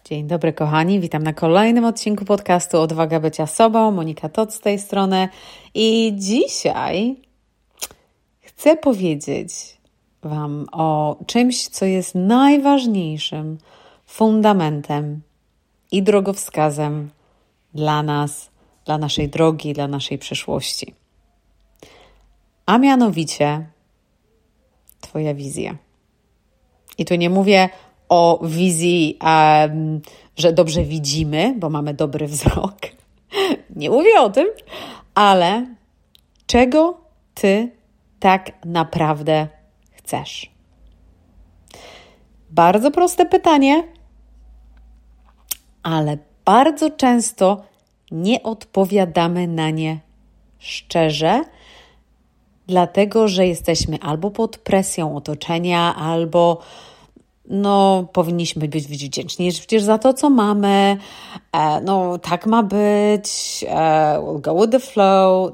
Dzień dobry kochani, witam na kolejnym odcinku podcastu Odwaga bycia sobą. Monika Todt z tej strony i dzisiaj chcę powiedzieć Wam o czymś, co jest najważniejszym fundamentem i drogowskazem dla nas, dla naszej drogi, dla naszej przyszłości. A mianowicie Twoja wizja. I tu nie mówię o wizji, że dobrze widzimy, bo mamy dobry wzrok. Nie mówię o tym, ale czego Ty tak naprawdę chcesz? Bardzo proste pytanie, ale bardzo często nie odpowiadamy na nie szczerze, dlatego że jesteśmy albo pod presją otoczenia, albo powinniśmy być wdzięczni przecież za to, co mamy. Tak ma być. We'll go with the flow.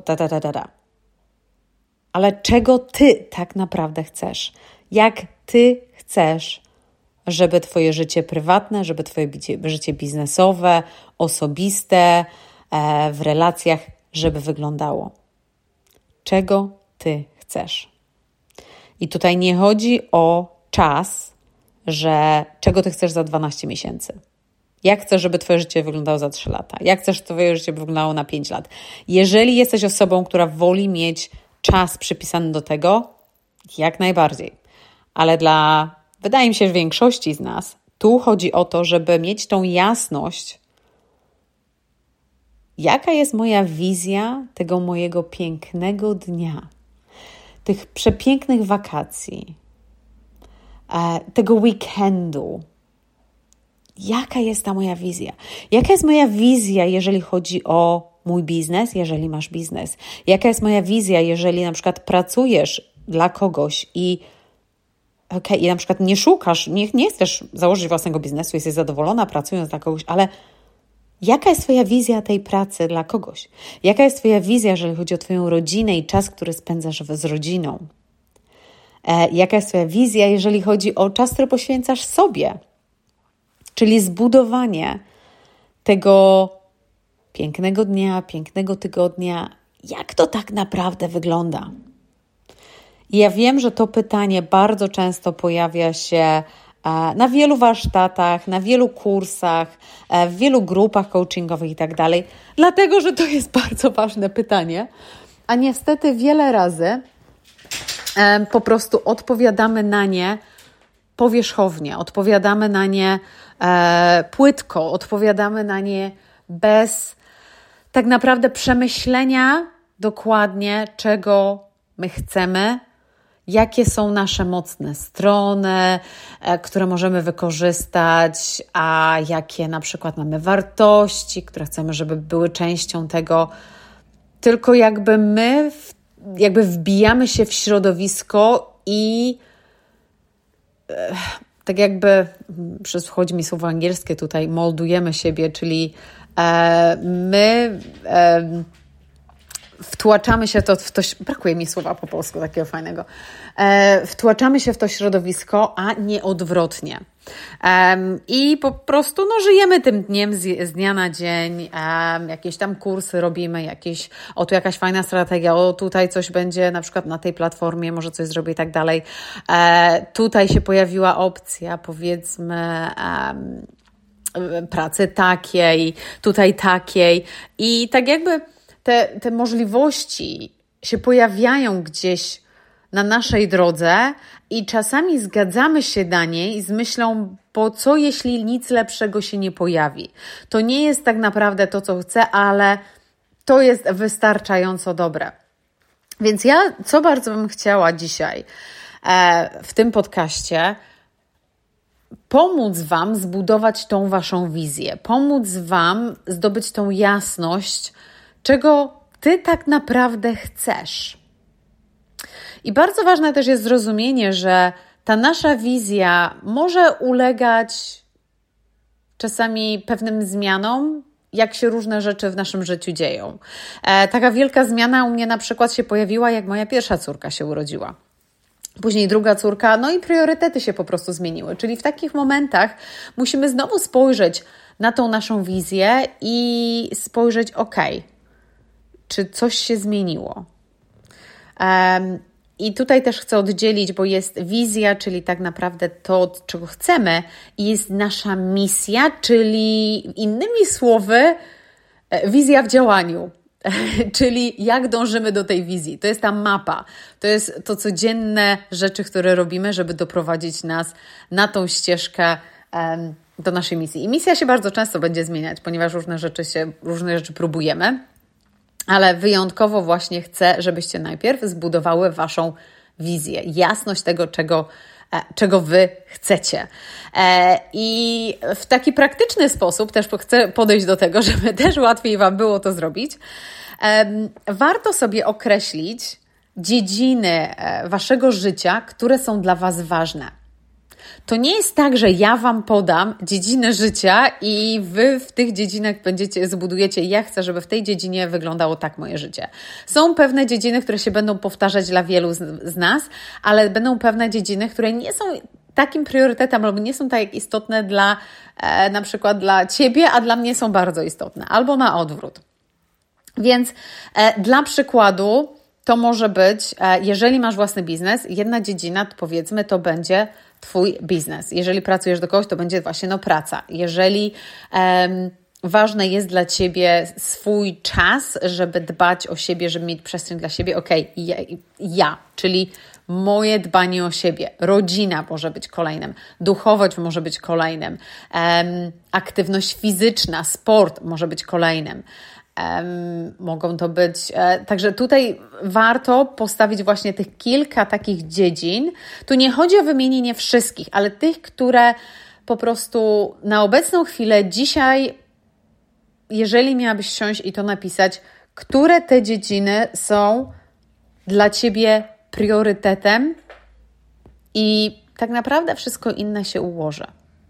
Ale czego Ty tak naprawdę chcesz? Jak Ty chcesz, żeby Twoje życie prywatne, żeby Twoje życie biznesowe, osobiste, w relacjach, żeby wyglądało? Czego Ty chcesz? I tutaj nie chodzi o czas, że czego Ty chcesz za 12 miesięcy. Jak chcesz, żeby Twoje życie wyglądało za 3 lata? Jak chcesz, Twoje życie wyglądało na 5 lat? Jeżeli jesteś osobą, która woli mieć czas przypisany do tego, jak najbardziej. Ale wydaje mi się, że większości z nas, tu chodzi o to, żeby mieć tą jasność, jaka jest moja wizja tego mojego pięknego dnia, tych przepięknych wakacji, tego weekendu. Jaka jest ta moja wizja? Jaka jest moja wizja, jeżeli chodzi o mój biznes, jeżeli masz biznes? Jaka jest moja wizja, jeżeli na przykład pracujesz dla kogoś i na przykład nie szukasz, nie chcesz założyć własnego biznesu, jesteś zadowolona pracując dla kogoś, ale jaka jest Twoja wizja tej pracy dla kogoś? Jaka jest Twoja wizja, jeżeli chodzi o Twoją rodzinę i czas, który spędzasz z rodziną? Jaka jest Twoja wizja, jeżeli chodzi o czas, który poświęcasz sobie? Czyli zbudowanie tego pięknego dnia, pięknego tygodnia. Jak to tak naprawdę wygląda? I ja wiem, że to pytanie bardzo często pojawia się na wielu warsztatach, na wielu kursach, w wielu grupach coachingowych i tak dalej, dlatego, że to jest bardzo ważne pytanie, a niestety wiele razy po prostu odpowiadamy na nie powierzchownie, odpowiadamy na nie płytko, odpowiadamy na nie bez tak naprawdę przemyślenia dokładnie, czego my chcemy, jakie są nasze mocne strony, które możemy wykorzystać, a jakie na przykład mamy wartości, które chcemy, żeby były częścią tego. Tylko jakby my wbijamy się w środowisko i tak jakby, chodzi mi słowo angielskie tutaj, moldujemy siebie, czyli my wtłaczamy się brakuje mi słowa po polsku takiego fajnego, wtłaczamy się w to środowisko, a nie odwrotnie. I po prostu żyjemy tym dniem z dnia na dzień, jakieś tam kursy robimy, tu jakaś fajna strategia, tutaj coś będzie na przykład na tej platformie, może coś zrobię i tak dalej. Tutaj się pojawiła opcja, powiedzmy, pracy takiej, tutaj takiej i tak jakby te możliwości się pojawiają gdzieś na naszej drodze i czasami zgadzamy się na niej z myślą, bo co jeśli nic lepszego się nie pojawi? To nie jest tak naprawdę to, co chcę, ale to jest wystarczająco dobre. Więc ja co bardzo bym chciała dzisiaj w tym podcaście pomóc Wam zbudować tą Waszą wizję, pomóc Wam zdobyć tą jasność, czego Ty tak naprawdę chcesz. I bardzo ważne też jest zrozumienie, że ta nasza wizja może ulegać czasami pewnym zmianom, jak się różne rzeczy w naszym życiu dzieją. Taka wielka zmiana u mnie na przykład się pojawiła, jak moja pierwsza córka się urodziła. Później druga córka, no i priorytety się po prostu zmieniły. Czyli w takich momentach musimy znowu spojrzeć na tą naszą wizję i spojrzeć, czy coś się zmieniło. I tutaj też chcę oddzielić, bo jest wizja, czyli tak naprawdę to, czego chcemy, i jest nasza misja, czyli innymi słowy, wizja w działaniu. Czyli jak dążymy do tej wizji. To jest ta mapa. To jest to codzienne rzeczy, które robimy, żeby doprowadzić nas na tą ścieżkę do naszej misji. I misja się bardzo często będzie zmieniać, ponieważ różne rzeczy próbujemy, ale wyjątkowo właśnie chcę, żebyście najpierw zbudowały Waszą wizję, jasność tego, czego Wy chcecie. I w taki praktyczny sposób też chcę podejść do tego, żeby też łatwiej Wam było to zrobić. Warto sobie określić dziedziny Waszego życia, które są dla Was ważne. To nie jest tak, że ja Wam podam dziedziny życia i Wy w tych dziedzinach zbudujecie, ja chcę, żeby w tej dziedzinie wyglądało tak moje życie. Są pewne dziedziny, które się będą powtarzać dla wielu z nas, ale będą pewne dziedziny, które nie są takim priorytetem albo nie są tak istotne na przykład dla Ciebie, a dla mnie są bardzo istotne, albo na odwrót. Więc dla przykładu to może być, jeżeli masz własny biznes, jedna dziedzina, powiedzmy, to będzie Twój biznes. Jeżeli pracujesz do kogoś, to będzie właśnie praca. Jeżeli ważne jest dla Ciebie swój czas, żeby dbać o siebie, żeby mieć przestrzeń dla siebie, ja, czyli moje dbanie o siebie. Rodzina może być kolejnym, duchowość może być kolejnym, aktywność fizyczna, sport może być kolejnym. Mogą to być... Także tutaj warto postawić właśnie tych kilka takich dziedzin. Tu nie chodzi o wymienienie wszystkich, ale tych, które po prostu na obecną chwilę dzisiaj, jeżeli miałabyś siąść i to napisać, które te dziedziny są dla Ciebie priorytetem i tak naprawdę wszystko inne się ułoży.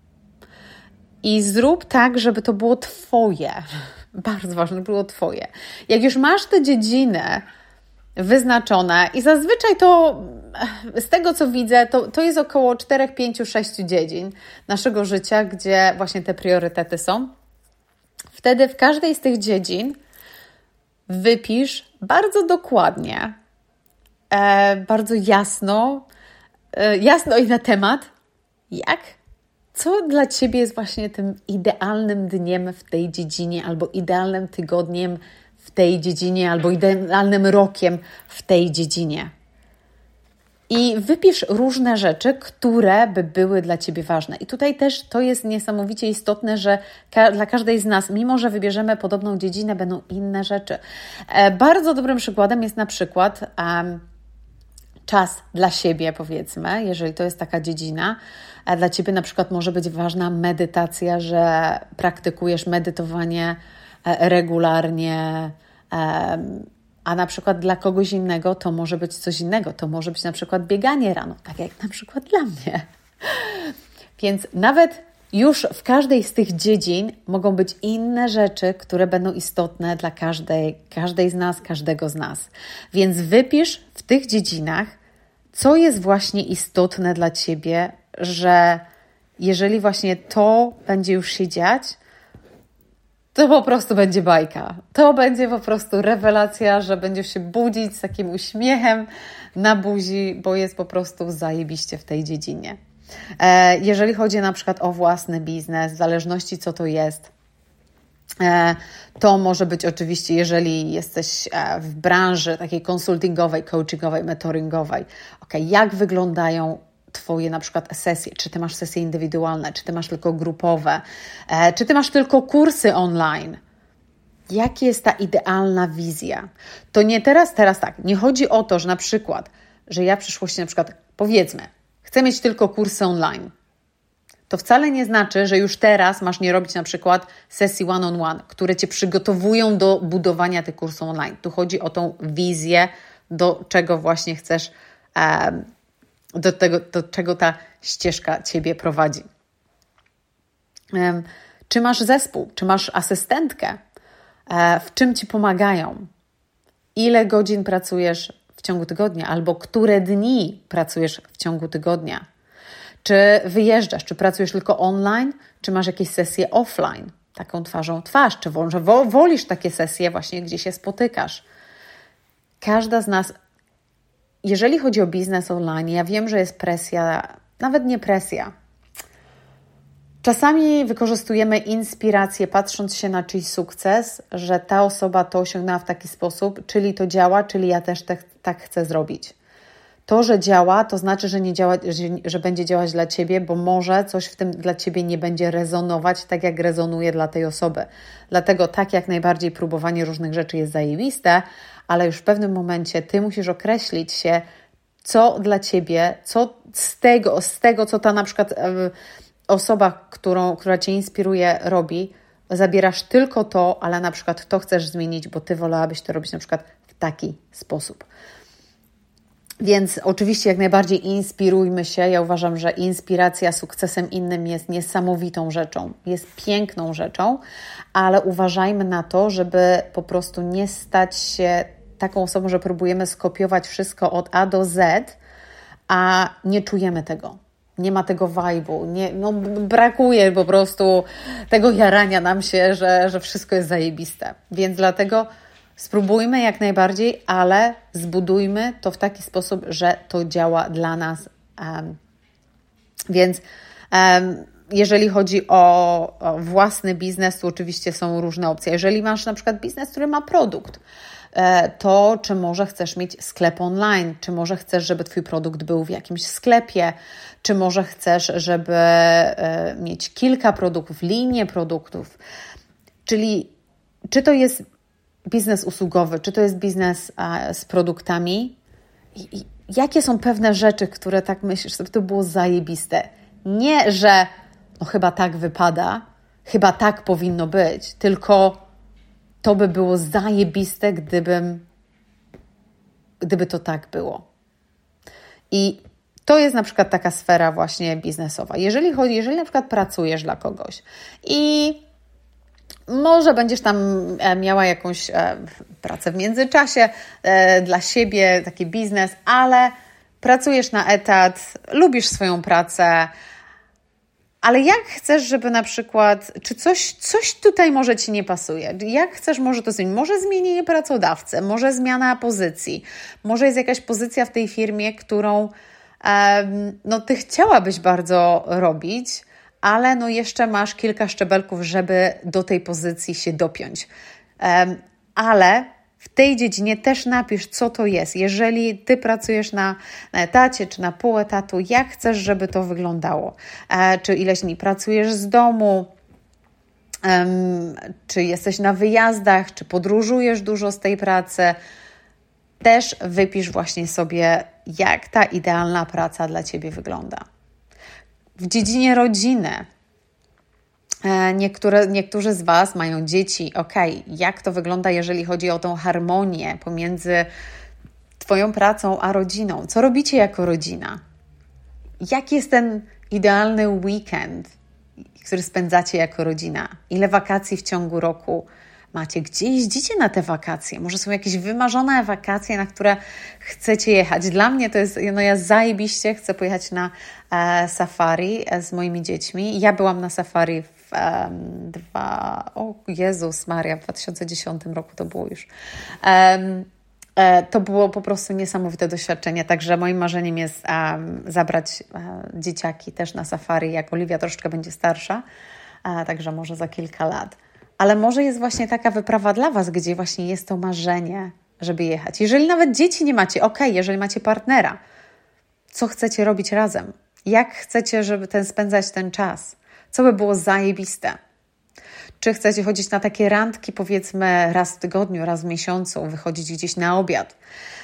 I zrób tak, żeby to było Twoje. Bardzo ważne, żeby było Twoje. Jak już masz te dziedziny wyznaczone i zazwyczaj to, z tego co widzę, to jest około 4, 5, 6 dziedzin naszego życia, gdzie właśnie te priorytety są. Wtedy w każdej z tych dziedzin wypisz bardzo dokładnie, bardzo jasno i na temat, co dla Ciebie jest właśnie tym idealnym dniem w tej dziedzinie, albo idealnym tygodniem w tej dziedzinie, albo idealnym rokiem w tej dziedzinie. I wypisz różne rzeczy, które by były dla Ciebie ważne. I tutaj też to jest niesamowicie istotne, że dla każdej z nas, mimo że wybierzemy podobną dziedzinę, będą inne rzeczy. Bardzo dobrym przykładem jest na przykład czas dla siebie, powiedzmy, jeżeli to jest taka dziedzina. Dla Ciebie na przykład może być ważna medytacja, że praktykujesz medytowanie regularnie, a na przykład dla kogoś innego to może być coś innego. To może być na przykład bieganie rano, tak jak na przykład dla mnie. Więc nawet już w każdej z tych dziedzin mogą być inne rzeczy, które będą istotne dla każdej z nas, każdego z nas. Więc wypisz w tych dziedzinach, co jest właśnie istotne dla Ciebie, że jeżeli właśnie to będzie już się dziać, to po prostu będzie bajka. To będzie po prostu rewelacja, że będziesz się budzić z takim uśmiechem na buzi, bo jest po prostu zajebiście w tej dziedzinie. Jeżeli chodzi na przykład o własny biznes, w zależności co to jest, to może być oczywiście, jeżeli jesteś w branży takiej konsultingowej, coachingowej, mentoringowej, jak wyglądają Twoje na przykład sesje, czy Ty masz sesje indywidualne, czy Ty masz tylko grupowe, czy Ty masz tylko kursy online. Jaka jest ta idealna wizja? To nie teraz tak, nie chodzi o to, że na przykład, że ja w przyszłości na przykład, powiedzmy, chcę mieć tylko kursy online. To wcale nie znaczy, że już teraz masz nie robić na przykład sesji one-on-one, które Cię przygotowują do budowania tych kursów online. Tu chodzi o tą wizję, do czego właśnie chcesz, do czego ta ścieżka Ciebie prowadzi. Czy masz zespół? Czy masz asystentkę? W czym Ci pomagają? Ile godzin pracujesz w ciągu tygodnia, albo które dni pracujesz w ciągu tygodnia. Czy wyjeżdżasz, czy pracujesz tylko online, czy masz jakieś sesje offline, taką twarzą w twarz, czy może wolisz takie sesje właśnie, gdzie się spotykasz. Każda z nas, jeżeli chodzi o biznes online, ja wiem, że jest presja, nawet nie presja. Czasami wykorzystujemy inspirację, patrząc się na czyjś sukces, że ta osoba to osiągnęła w taki sposób, czyli to działa, czyli ja też tak chcę zrobić. To, że działa, to znaczy, że nie działa, że będzie działać dla Ciebie, bo może coś w tym dla Ciebie nie będzie rezonować tak, jak rezonuje dla tej osoby. Dlatego tak jak najbardziej próbowanie różnych rzeczy jest zajebiste, ale już w pewnym momencie Ty musisz określić się, co dla Ciebie, co z tego, co ta na przykład osoba, która Cię inspiruje, robi, zabierasz tylko to, ale na przykład to chcesz zmienić, bo Ty wolałabyś to robić na przykład w taki sposób. Więc oczywiście jak najbardziej inspirujmy się. Ja uważam, że inspiracja sukcesem innym jest niesamowitą rzeczą, jest piękną rzeczą, ale uważajmy na to, żeby po prostu nie stać się taką osobą, że próbujemy skopiować wszystko od A do Z, a nie czujemy tego. Nie ma tego vibe'u, brakuje po prostu tego jarania nam się, że wszystko jest zajebiste. Więc dlatego spróbujmy jak najbardziej, ale zbudujmy to w taki sposób, że to działa dla nas. Więc jeżeli chodzi o własny biznes, to oczywiście są różne opcje. Jeżeli masz na przykład biznes, który ma produkt, to czy może chcesz mieć sklep online, czy może chcesz, żeby Twój produkt był w jakimś sklepie, czy może chcesz, żeby mieć kilka produktów, linię produktów, czyli czy to jest biznes usługowy, czy to jest biznes z produktami i jakie są pewne rzeczy, które tak myślisz, żeby to było zajebiste. Nie, że chyba tak wypada, chyba tak powinno być, tylko to by było zajebiste, gdyby to tak było. I to jest na przykład taka sfera właśnie biznesowa. Jeżeli na przykład pracujesz dla kogoś i może będziesz tam miała jakąś pracę w międzyczasie dla siebie, taki biznes, ale pracujesz na etat, lubisz swoją pracę, ale jak chcesz, żeby na przykład, czy coś tutaj może Ci nie pasuje? Jak chcesz może to zmienić? Może zmienienie pracodawcy, może zmiana pozycji, może jest jakaś pozycja w tej firmie, którą Ty chciałabyś bardzo robić, ale jeszcze masz kilka szczebelków, żeby do tej pozycji się dopiąć. Ale w tej dziedzinie też napisz, co to jest. Jeżeli Ty pracujesz na etacie czy na pół etatu, jak chcesz, żeby to wyglądało? Czy ileś dni pracujesz z domu? Czy jesteś na wyjazdach? Czy podróżujesz dużo z tej pracy? Też wypisz właśnie sobie, jak ta idealna praca dla Ciebie wygląda. W dziedzinie rodziny. Niektórzy z Was mają dzieci. Jak to wygląda, jeżeli chodzi o tą harmonię pomiędzy Twoją pracą a rodziną? Co robicie jako rodzina? Jaki jest ten idealny weekend, który spędzacie jako rodzina? Ile wakacji w ciągu roku macie? Gdzie jeździcie na te wakacje? Może są jakieś wymarzone wakacje, na które chcecie jechać? Dla mnie to jest, ja zajebiście chcę pojechać na safari z moimi dziećmi. Ja byłam na safari w 2010 roku to było już. To było po prostu niesamowite doświadczenie, także moim marzeniem jest zabrać dzieciaki też na safari, jak Oliwia troszeczkę będzie starsza, także może za kilka lat. Ale może jest właśnie taka wyprawa dla Was, gdzie właśnie jest to marzenie, żeby jechać. Jeżeli nawet dzieci nie macie, jeżeli macie partnera, co chcecie robić razem? Jak chcecie, żeby spędzać ten czas? Co by było zajebiste? Czy chcecie chodzić na takie randki, powiedzmy raz w tygodniu, raz w miesiącu, wychodzić gdzieś na obiad?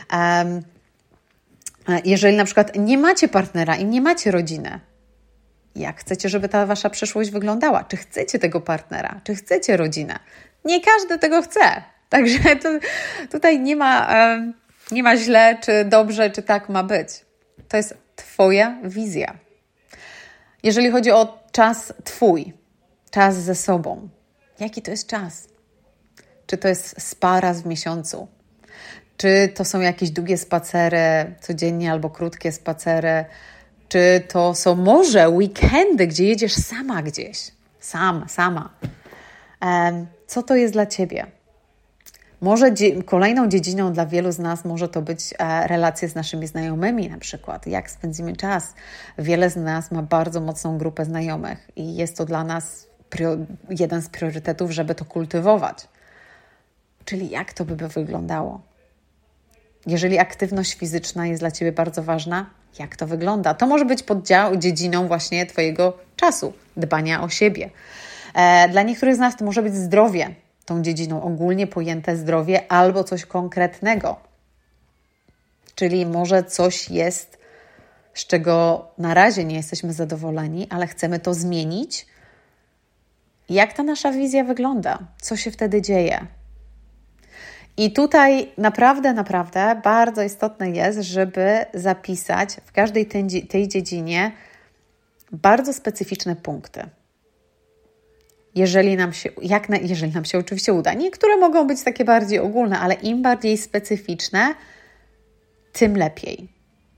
Jeżeli na przykład nie macie partnera i nie macie rodziny, jak chcecie, żeby ta Wasza przyszłość wyglądała? Czy chcecie tego partnera? Czy chcecie rodzinę? Nie każdy tego chce. Także tutaj nie ma źle, czy dobrze, czy tak ma być. To jest Twoja wizja. Jeżeli chodzi o czas Twój, czas ze sobą, jaki to jest czas? Czy to jest spa raz w miesiącu? Czy to są jakieś długie spacery codziennie albo krótkie spacery? Czy to są może weekendy, gdzie jedziesz sama gdzieś? Sama. Co to jest dla Ciebie? Może kolejną dziedziną dla wielu z nas może to być relacje z naszymi znajomymi na przykład. Jak spędzimy czas? Wiele z nas ma bardzo mocną grupę znajomych i jest to dla nas jeden z priorytetów, żeby to kultywować. Czyli jak to by wyglądało? Jeżeli aktywność fizyczna jest dla Ciebie bardzo ważna, jak to wygląda? To może być dziedziną właśnie Twojego czasu, dbania o siebie. Dla niektórych z nas to może być zdrowie, tą dziedziną ogólnie pojęte zdrowie albo coś konkretnego. Czyli może coś jest, z czego na razie nie jesteśmy zadowoleni, ale chcemy to zmienić. Jak ta nasza wizja wygląda? Co się wtedy dzieje? I tutaj naprawdę bardzo istotne jest, żeby zapisać w każdej tej dziedzinie bardzo specyficzne punkty. Jeżeli nam się oczywiście uda. Niektóre mogą być takie bardziej ogólne, ale im bardziej specyficzne, tym lepiej.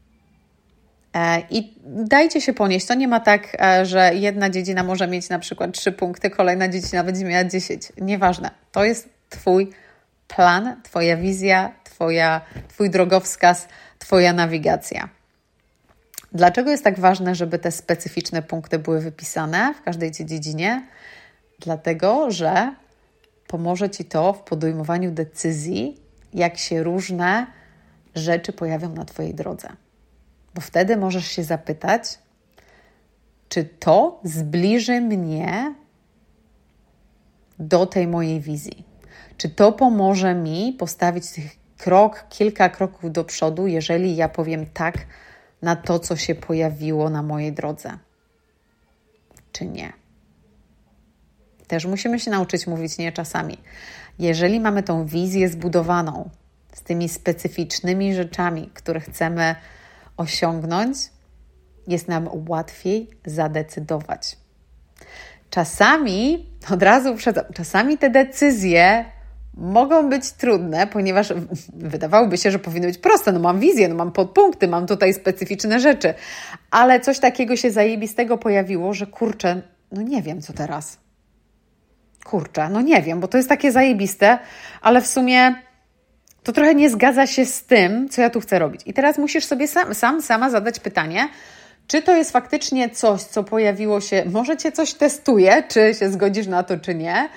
I dajcie się ponieść. To nie ma tak, że jedna dziedzina może mieć na przykład 3 punkty, kolejna dziedzina będzie miała 10. Nieważne. To jest Twój plan, Twoja wizja, Twój drogowskaz, Twoja nawigacja. Dlaczego jest tak ważne, żeby te specyficzne punkty były wypisane w każdej dziedzinie? Dlatego, że pomoże Ci to w podejmowaniu decyzji, jak się różne rzeczy pojawią na Twojej drodze. Bo wtedy możesz się zapytać, czy to zbliży mnie do tej mojej wizji. Czy to pomoże mi postawić kilka kroków do przodu, jeżeli ja powiem tak na to, co się pojawiło na mojej drodze? Czy nie? Też musimy się nauczyć mówić nie czasami. Jeżeli mamy tą wizję zbudowaną z tymi specyficznymi rzeczami, które chcemy osiągnąć, jest nam łatwiej zadecydować. Czasami, od razu czasami te decyzje mogą być trudne, ponieważ wydawałoby się, że powinny być proste. Mam wizję, mam podpunkty, mam tutaj specyficzne rzeczy. Ale coś takiego się zajebistego pojawiło, że nie wiem co teraz. Nie wiem, bo to jest takie zajebiste, ale w sumie to trochę nie zgadza się z tym, co ja tu chcę robić. I teraz musisz sobie sama zadać pytanie, czy to jest faktycznie coś, co pojawiło się, może Cię coś testuje, czy się zgodzisz na to, czy nie.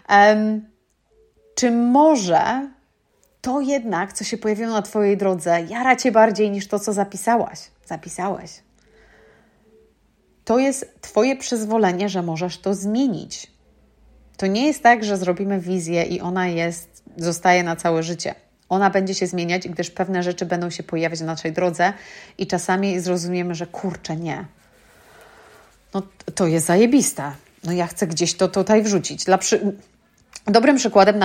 Czy może to jednak, co się pojawiło na Twojej drodze, jara Cię bardziej niż to, co zapisałeś. To jest Twoje przyzwolenie, że możesz to zmienić. To nie jest tak, że zrobimy wizję i ona zostaje na całe życie. Ona będzie się zmieniać, gdyż pewne rzeczy będą się pojawiać na naszej drodze i czasami zrozumiemy, że nie. To jest zajebiste. Ja chcę gdzieś to tutaj wrzucić. Dobrym przykładem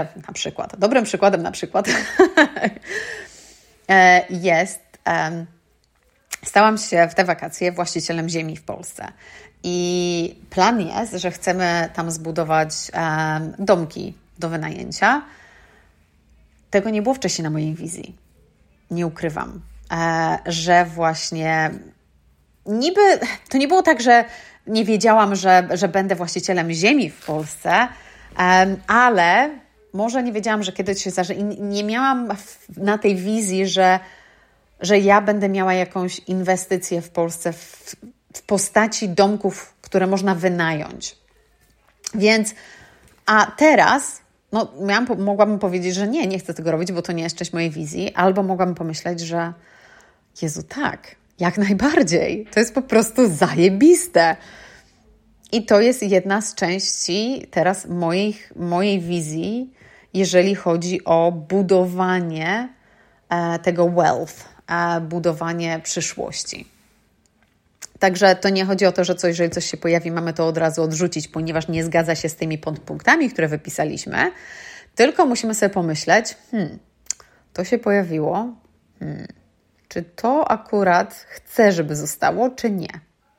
jest stałam się w te wakacje właścicielem ziemi w Polsce. I plan jest, że chcemy tam zbudować domki do wynajęcia. Tego nie było wcześniej na mojej wizji. Nie ukrywam, że właśnie to nie było tak, że nie wiedziałam, że będę właścicielem ziemi w Polsce, ale może nie wiedziałam, że kiedyś się zdarzy. I nie miałam na tej wizji, że ja będę miała jakąś inwestycję w Polsce w postaci domków, które można wynająć. Więc, a teraz mogłabym powiedzieć, że nie chcę tego robić, bo to nie jest część mojej wizji, albo mogłabym pomyśleć, że Jezu, tak, jak najbardziej. To jest po prostu zajebiste. I to jest jedna z części teraz mojej wizji, jeżeli chodzi o budowanie tego wealth, budowanie przyszłości. Także to nie chodzi o to, że jeżeli coś się pojawi, mamy to od razu odrzucić, ponieważ nie zgadza się z tymi podpunktami, które wypisaliśmy, tylko musimy sobie pomyśleć, to się pojawiło, czy to akurat chcę, żeby zostało, czy nie.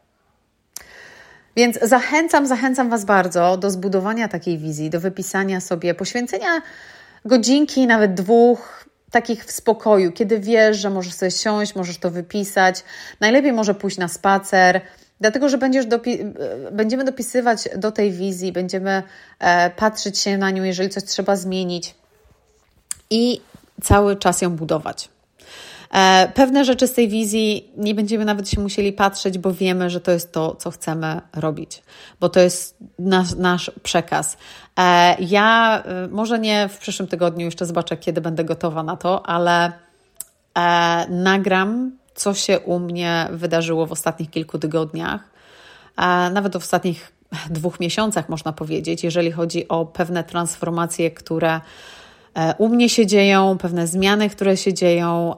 Więc zachęcam Was bardzo do zbudowania takiej wizji, do wypisania sobie, poświęcenia godzinki, nawet 2, takich w spokoju, kiedy wiesz, że możesz sobie siąść, możesz to wypisać. Najlepiej może pójść na spacer, dlatego, że będziemy dopisywać do tej wizji, będziemy patrzeć się na nią, jeżeli coś trzeba zmienić i cały czas ją budować. Pewne rzeczy z tej wizji nie będziemy nawet się musieli patrzeć, bo wiemy, że to jest to, co chcemy robić, bo to jest nasz przekaz. Ja może nie w przyszłym tygodniu, jeszcze zobaczę, kiedy będę gotowa na to, ale nagram, co się u mnie wydarzyło w ostatnich kilku tygodniach, nawet w ostatnich 2 miesiącach można powiedzieć, jeżeli chodzi o pewne transformacje, które u mnie się dzieją, pewne zmiany, które się dzieją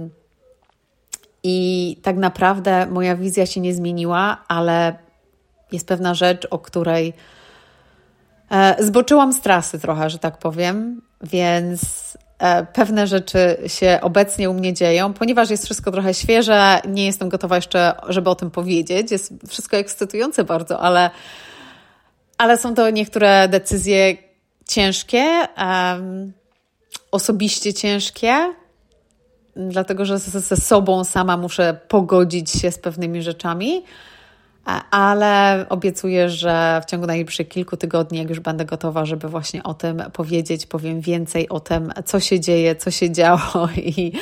i tak naprawdę moja wizja się nie zmieniła, ale jest pewna rzecz, o której zboczyłam z trasy trochę, że tak powiem, więc pewne rzeczy się obecnie u mnie dzieją, ponieważ jest wszystko trochę świeże, nie jestem gotowa jeszcze, żeby o tym powiedzieć, jest wszystko ekscytujące bardzo, ale są to niektóre decyzje ciężkie, osobiście ciężkie, dlatego że ze sobą sama muszę pogodzić się z pewnymi rzeczami, ale obiecuję, że w ciągu najbliższych kilku tygodni, jak już będę gotowa, żeby właśnie o tym powiedzieć, powiem więcej o tym, co się dzieje, co się działo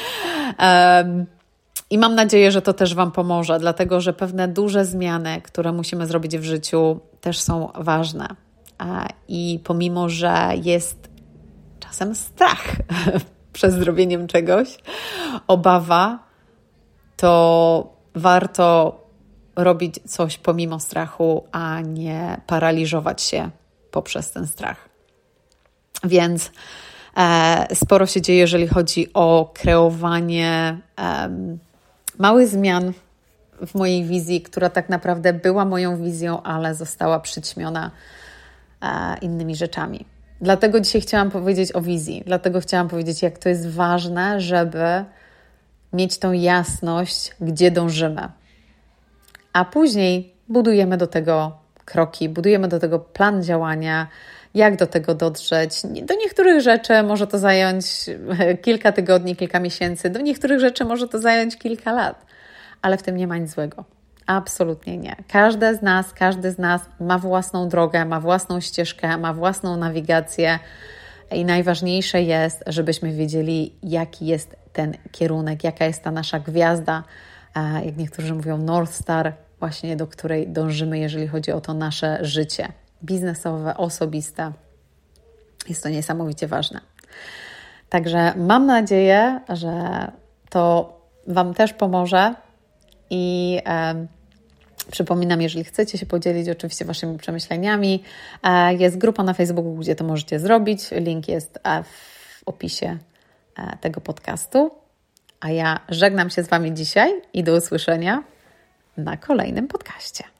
i mam nadzieję, że to też Wam pomoże, dlatego że pewne duże zmiany, które musimy zrobić w życiu, też są ważne. I pomimo, że jest czasem strach przed zrobieniem czegoś, obawa, to warto robić coś pomimo strachu, a nie paraliżować się poprzez ten strach. Więc sporo się dzieje, jeżeli chodzi o kreowanie małych zmian w mojej wizji, która tak naprawdę była moją wizją, ale została przyćmiona innymi rzeczami. Dlatego dzisiaj chciałam powiedzieć o wizji, dlatego chciałam powiedzieć, jak to jest ważne, żeby mieć tą jasność, gdzie dążymy. A później budujemy do tego kroki, budujemy do tego plan działania, jak do tego dotrzeć. Do niektórych rzeczy może to zająć kilka tygodni, kilka miesięcy, do niektórych rzeczy może to zająć kilka lat, ale w tym nie ma nic złego. Absolutnie nie. Każdy z nas ma własną drogę, ma własną ścieżkę, ma własną nawigację i najważniejsze jest, żebyśmy wiedzieli, jaki jest ten kierunek, jaka jest ta nasza gwiazda, jak niektórzy mówią North Star, właśnie do której dążymy, jeżeli chodzi o to nasze życie biznesowe, osobiste. Jest to niesamowicie ważne. Także mam nadzieję, że to Wam też pomoże i przypominam, jeżeli chcecie się podzielić oczywiście Waszymi przemyśleniami, jest grupa na Facebooku, gdzie to możecie zrobić. Link jest w opisie tego podcastu. A ja żegnam się z Wami dzisiaj i do usłyszenia na kolejnym podcaście.